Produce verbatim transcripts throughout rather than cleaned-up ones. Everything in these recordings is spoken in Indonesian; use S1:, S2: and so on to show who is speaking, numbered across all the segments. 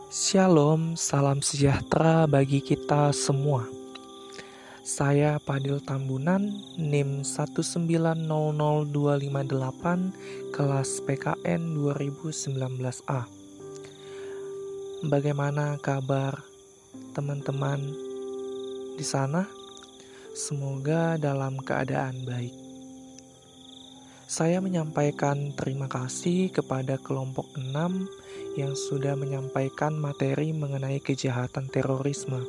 S1: Shalom, salam sejahtera bagi kita semua. Saya Padil Tambunan, NIM satu sembilan nol nol dua lima delapan, kelas P K N dua ribu sembilan belas A. Bagaimana kabar teman-teman di sana? Semoga dalam keadaan baik. Saya menyampaikan terima kasih kepada kelompok enam yang sudah menyampaikan materi mengenai kejahatan terorisme.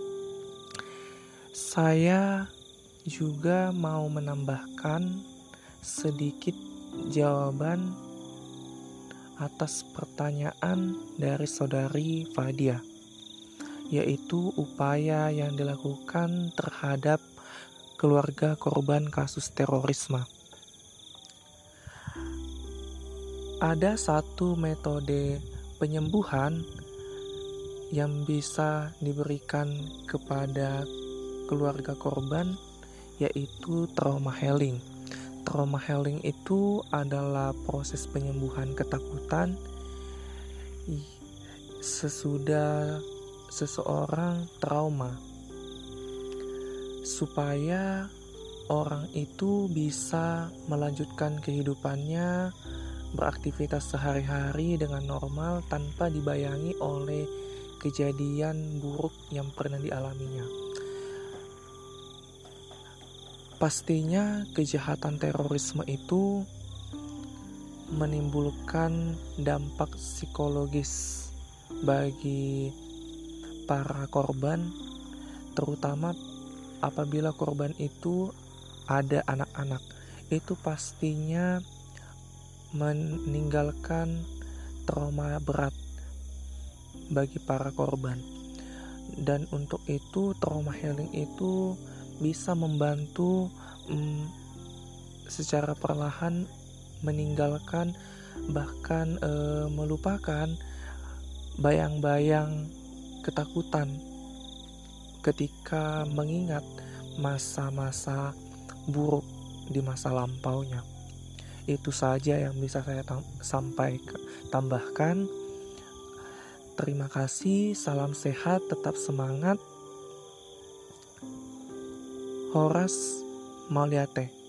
S1: Saya juga mau menambahkan sedikit jawaban atas pertanyaan dari saudari Fadia, yaitu upaya yang dilakukan terhadap keluarga korban kasus terorisme. Ada satu metode penyembuhan yang bisa diberikan kepada keluarga korban, yaitu trauma healing. Trauma healing itu adalah proses penyembuhan ketakutan sesudah seseorang trauma, supaya orang itu bisa melanjutkan kehidupannya, beraktivitas sehari-hari dengan normal tanpa dibayangi oleh kejadian buruk yang pernah dialaminya. Pastinya kejahatan terorisme itu menimbulkan dampak psikologis bagi para korban, terutama apabila korban itu ada anak-anak. Itu pastinya meninggalkan trauma berat bagi para korban. Dan untuk itu trauma healing itu bisa membantu mm, secara perlahan meninggalkan, bahkan e, melupakan bayang-bayang ketakutan ketika mengingat masa-masa buruk di masa lampaunya. Itu saja yang bisa saya tam- sampaikan, tambahkan. Terima kasih, salam sehat, tetap semangat. Horas Mauliate.